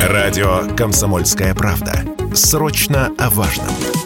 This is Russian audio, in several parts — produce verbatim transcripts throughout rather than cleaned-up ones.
Радио «Комсомольская правда». Срочно о важном.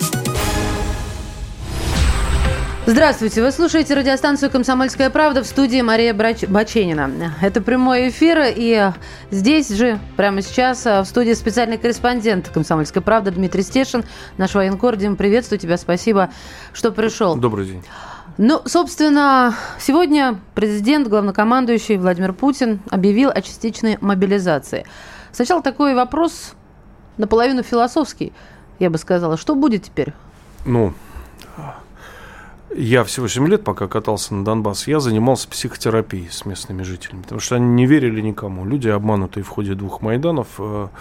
Здравствуйте, вы слушаете радиостанцию «Комсомольская правда», в студии Мария Брач... Баченина. Это прямой эфир, и здесь же, прямо сейчас, в студии специальный корреспондент «Комсомольской правды» Дмитрий Стешин, наш военкор. Дим, приветствую тебя, спасибо, что пришел. Добрый день. Ну, собственно, сегодня президент, главнокомандующий Владимир Путин объявил о частичной мобилизации. Сначала такой вопрос, наполовину философский, я бы сказала. Что будет теперь? Ну... Я всего семь лет, пока катался на Донбасс, я занимался психотерапией с местными жителями, потому что они не верили никому. Люди, обманутые в ходе двух Майданов.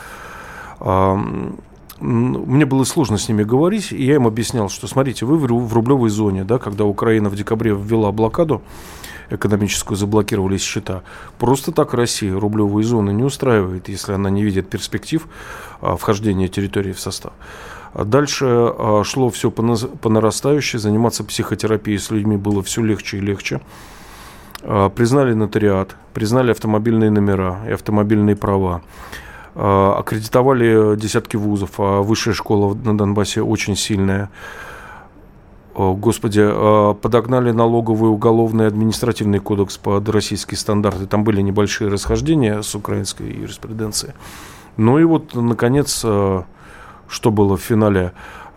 Мне было сложно с ними говорить, и я им объяснял, что, смотрите, вы в рублевой зоне, да, когда Украина в декабре ввела блокаду экономическую, заблокировались счета. Просто так Россия рублевые зоны не устраивает, если она не видит перспектив вхождения территории в состав. Дальше шло все по нарастающей, заниматься психотерапией с людьми было все легче и легче. Признали нотариат, признали автомобильные номера и автомобильные права, аккредитовали десятки вузов, а высшая школа на Донбассе очень сильная. Господи, подогнали налоговый, уголовный, административный кодекс под российские стандарты. Там были небольшие расхождения с украинской юриспруденцией. Ну и вот, наконец... Что было в финале?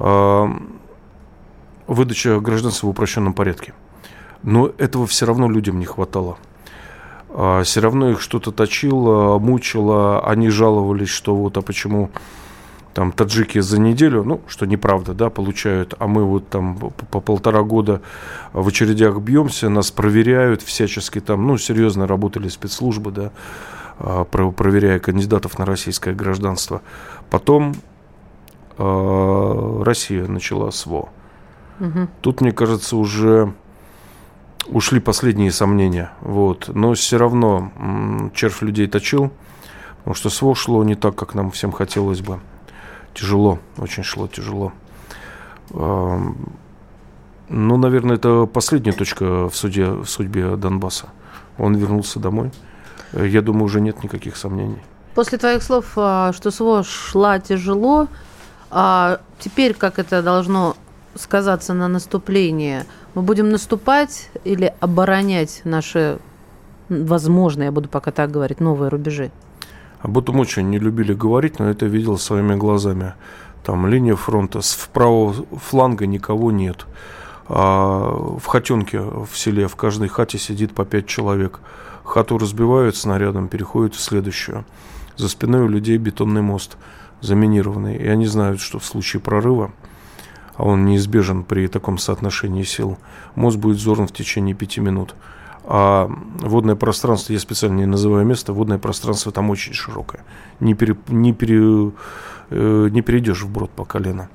Выдача гражданства в упрощенном порядке. Но этого все равно людям не хватало. Все равно их что-то точило, мучило. Они жаловались, что вот, а почему там таджики за неделю, ну, что неправда, да, получают, а мы вот там по полтора года в очередях бьемся, нас проверяют всячески там, ну, серьезно работали спецслужбы, да, проверяя кандидатов на российское гражданство. Потом Россия начала СВО. Угу. Тут, мне кажется, уже ушли последние сомнения. Вот. Но все равно м- червь людей точил, потому что СВО шло не так, как нам всем хотелось бы. Тяжело, очень шло тяжело. А, ну, наверное, это последняя точка в, суде, в судьбе Донбасса. Он вернулся домой. Я думаю, уже нет никаких сомнений. После твоих слов, что СВО шла тяжело, а теперь как это должно сказаться на наступлении? Мы будем наступать или оборонять наши, возможно, я буду пока так говорить, новые рубежи? Об этом очень не любили говорить, но это видел своими глазами. Там линия фронта, с правого фланга никого нет. А в хатенке в селе, в каждой хате сидит по пять человек. Хату разбивают снарядом, переходят в следующую. За спиной у людей бетонный мост заминированный, и они знают, что в случае прорыва, а он неизбежен при таком соотношении сил, мост будет взорван в течение пяти минут. А водное пространство, я специально не называю место, водное пространство там очень широкое. Не, пере, не, пере, э, не перейдешь вброд по колено.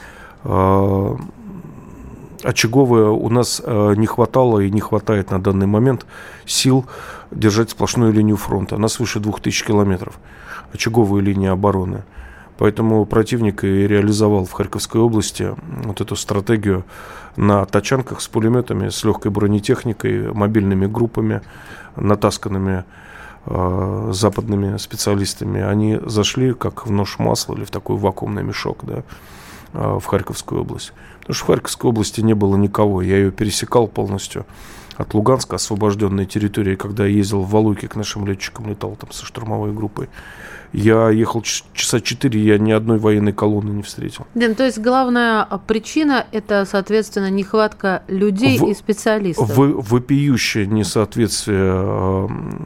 А, очаговое у нас э, не хватало и не хватает на данный момент сил держать сплошную линию фронта. Она свыше двух тысяч километров. Очаговые линии обороны. Поэтому противник и реализовал в Харьковской области вот эту стратегию на тачанках с пулеметами, с легкой бронетехникой, мобильными группами, натасканными э, западными специалистами. Они зашли как в нож масла или в такой вакуумный мешок, да, э, в Харьковскую область. Потому что в Харьковской области не было никого. Я ее пересекал полностью от Луганска, освобожденной территории, когда я ездил в Валуйки к нашим летчикам, летал там со штурмовой группой. Я ехал часа четыре, я ни одной военной колонны не встретил. Дим, то есть главная причина – это, соответственно, нехватка людей в, и специалистов? В, вопиющее несоответствие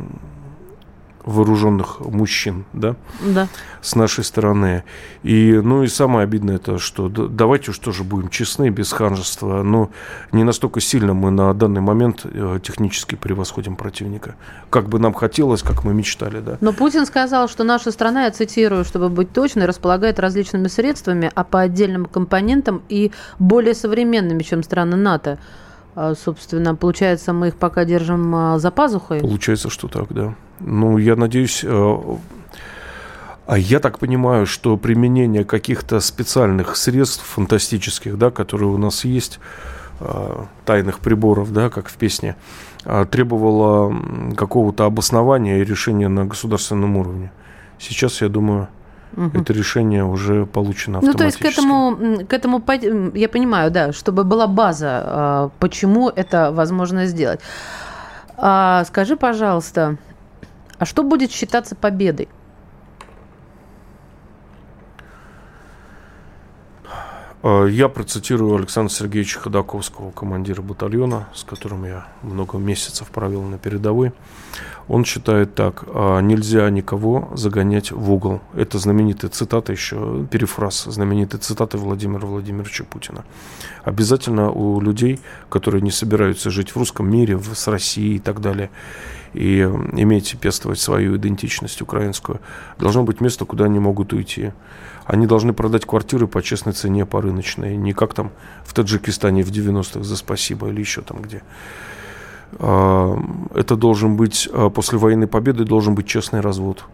вооруженных мужчин, да? Да. С нашей стороны. И, ну и самое обидное это, что давайте уж тоже будем честны, без ханжества, но не настолько сильно мы на данный момент технически превосходим противника, как бы нам хотелось, как мы мечтали, да. Но Путин сказал, что наша страна, я цитирую, чтобы быть точной, располагает различными средствами, а по отдельным компонентам и более современными, чем страны НАТО. Собственно, получается, мы их пока держим за пазухой? Получается, что так, да. Ну, я надеюсь... А я так понимаю, что применение каких-то специальных средств фантастических, да, которые у нас есть, тайных приборов, да, как в песне, требовало какого-то обоснования и решения на государственном уровне. Сейчас, я думаю, Угу. Это решение уже получено автоматически. Ну, то есть к этому, к этому, я понимаю, да, чтобы была база, почему это возможно сделать. А, скажи, пожалуйста, а что будет считаться победой? Я процитирую Александра Сергеевича Ходаковского, командира батальона, с которым я много месяцев провел на передовой. Он считает так: нельзя никого загонять в угол. Это знаменитая цитата, еще перефраз знаменитой цитаты Владимира Владимировича Путина. Обязательно у людей, которые не собираются жить в русском мире, с Россией и так далее, и иметь, пестовать свою идентичность украинскую, должно быть место, куда они могут уйти. Они должны продать квартиры по честной цене, по рыночной. Не как там в Таджикистане в девяностых за спасибо или еще там где. Это должен быть, после военной победы должен быть честный развод.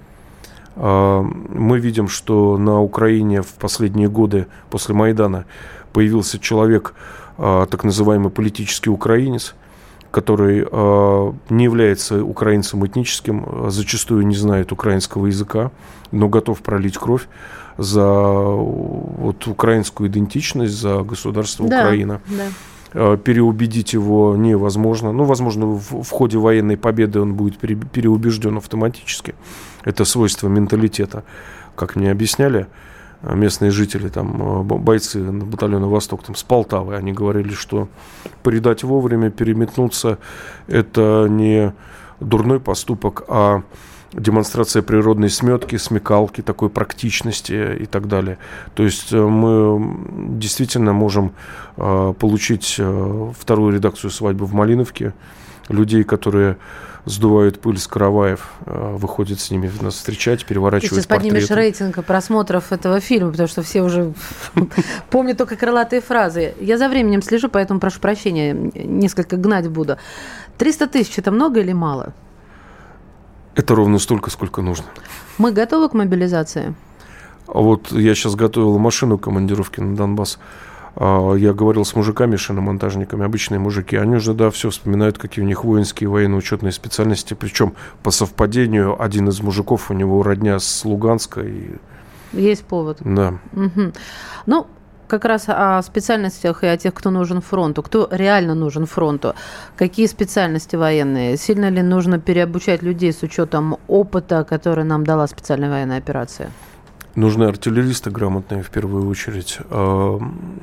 Мы видим, что на Украине в последние годы после Майдана появился человек, так называемый политический украинец, который не является украинцем этническим, зачастую не знает украинского языка, но готов пролить кровь за вот, украинскую идентичность, за государство да, Украина. Да. Переубедить его невозможно. Ну, возможно, в, в ходе военной победы он будет пере, переубежден автоматически. Это свойство менталитета. Как мне объясняли местные жители, там, бойцы батальона «Восток» там, с Полтавы, они говорили, что предать вовремя, переметнуться – это не дурной поступок, а демонстрация природной сметки, смекалки, такой практичности и так далее. То есть мы действительно можем э, получить э, вторую редакцию «Свадьбы в Малиновке». Людей, которые сдувают пыль с караваев, э, выходят с ними нас встречать, переворачивают портреты. Ты сейчас поднимешь рейтинг просмотров этого фильма, потому что все уже помнят только крылатые фразы. Я за временем слежу, поэтому прошу прощения, несколько гнать буду. триста тысяч – это много или мало? Это ровно столько, сколько нужно. Мы готовы к мобилизации? А вот я сейчас готовил машину командировки на Донбасс. Я говорил с мужиками, шиномонтажниками, обычные мужики. Они уже, да, все вспоминают, какие у них воинские, военно-учетные специальности. Причем, по совпадению, один из мужиков, у него родня с Луганска. И... Есть повод. Да. Угу. Ну, как раз о специальностях и о тех, кто нужен фронту. Кто реально нужен фронту? Какие специальности военные? Сильно ли нужно переобучать людей с учетом опыта, который нам дала специальная военная операция? Нужны артиллеристы грамотные в первую очередь. А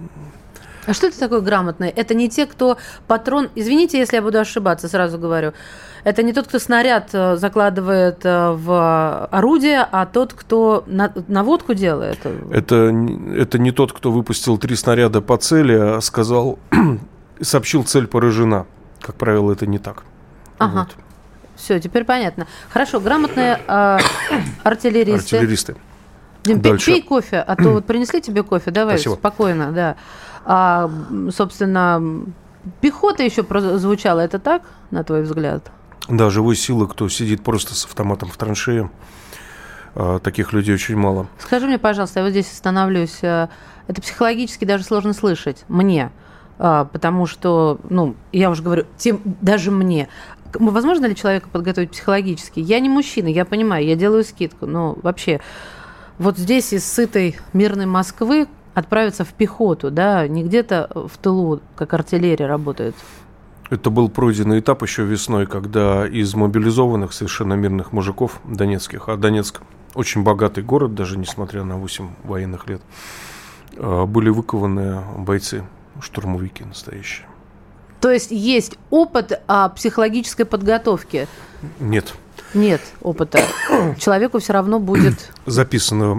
что это такое грамотные? Это не те, кто патрон... Извините, если я буду ошибаться, сразу говорю. Это не тот, кто снаряд закладывает в орудие, а тот, кто наводку делает. Это, это не тот, кто выпустил три снаряда по цели, а сказал, сообщил, цель поражена. Как правило, это не так. Ага. Вот. Все, теперь понятно. Хорошо, грамотные э, артиллеристы. Артиллеристы. Дим, пей, пей кофе, а то вот принесли тебе кофе, давай. Спасибо. Спокойно, да. А, собственно, пехота еще звучала, это так, на твой взгляд? Да, живой силы, кто сидит просто с автоматом в траншее. А, таких людей очень мало. Скажи мне, пожалуйста, я вот здесь остановлюсь. Это психологически даже сложно слышать мне, потому что, ну, я уже говорю, тем, даже мне. Возможно ли человека подготовить психологически? Я не мужчина, я понимаю, я делаю скидку, но вообще... Вот здесь из сытой мирной Москвы отправиться в пехоту, да, не где-то в тылу, как артиллерия работает. Это был пройденный этап еще весной, когда из мобилизованных совершенно мирных мужиков донецких, а Донецк очень богатый город, даже несмотря на восемь военных лет, были выкованы бойцы, штурмовики настоящие. То есть есть опыт о психологической подготовке? Нет. Нет опыта. Человеку все равно будет... Записано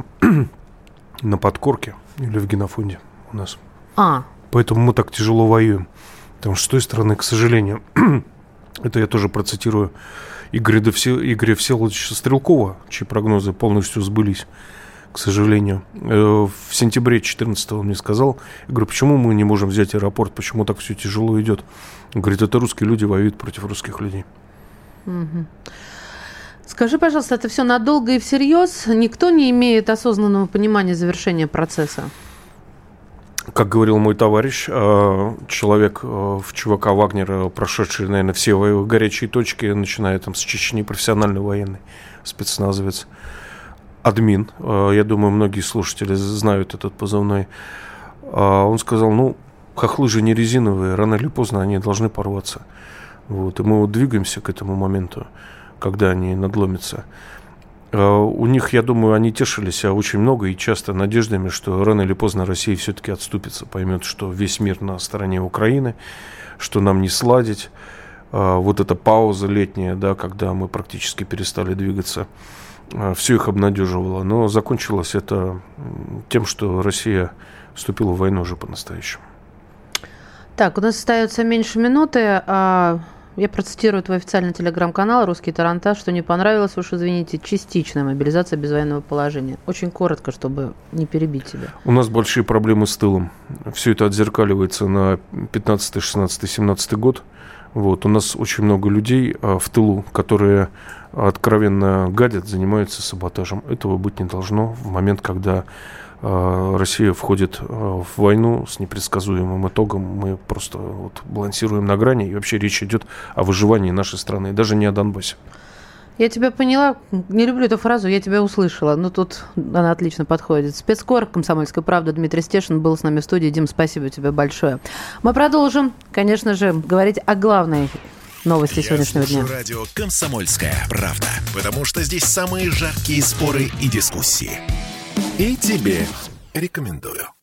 на подкорке или в генофонде у нас. А. Поэтому мы так тяжело воюем. Потому что с той стороны, к сожалению, это я тоже процитирую Игоря, Игоря Всеволодовича Стрелкова, чьи прогнозы полностью сбылись, к сожалению. В сентябре четырнадцатого он мне сказал, я говорю, почему мы не можем взять аэропорт, почему так все тяжело идет? Он говорит, это русские люди воюют против русских людей. Угу. Скажи, пожалуйста, это все надолго и всерьез? Никто не имеет осознанного понимания завершения процесса? Как говорил мой товарищ, человек в ЧВК Вагнера, прошедший, наверное, все горячие точки, начиная там с Чечни, профессиональный военный спецназовец, админ, я думаю, многие слушатели знают этот позывной, он сказал, ну, хохлы же не резиновые, рано или поздно они должны порваться. Вот, и мы вот двигаемся к этому моменту, когда они надломятся. У них, я думаю, они тешились очень много и часто надеждами, что рано или поздно Россия все-таки отступится, поймет, что весь мир на стороне Украины, что нам не сладить. Вот эта пауза летняя, да, когда мы практически перестали двигаться, все их обнадеживало. Но закончилось это тем, что Россия вступила в войну уже по-настоящему. Так, у нас остается меньше минуты. Я процитирую твой официальный телеграм-канал «Русский Тарантас», что не понравилось, уж извините, частичная мобилизация без военного положения. Очень коротко, чтобы не перебить тебя. У нас большие проблемы с тылом. Все это отзеркаливается на пятнадцатый, шестнадцатый, семнадцатый год. Вот. У нас очень много людей а, в тылу, которые откровенно гадят, занимаются саботажем. Этого быть не должно в момент, когда Россия входит в войну с непредсказуемым итогом. Мы просто вот балансируем на грани. И вообще речь идет о выживании нашей страны, даже не о Донбассе. Я тебя поняла. Не люблю эту фразу, я тебя услышала. Но тут она отлично подходит. Спецкор «Комсомольской правды» Дмитрий Стешин был с нами в студии. Дим, спасибо тебе большое. Мы продолжим, конечно же, говорить о главной новости я сегодняшнего дня. Радио «Комсомольская правда», потому что здесь самые жаркие споры и дискуссии. И тебе рекомендую.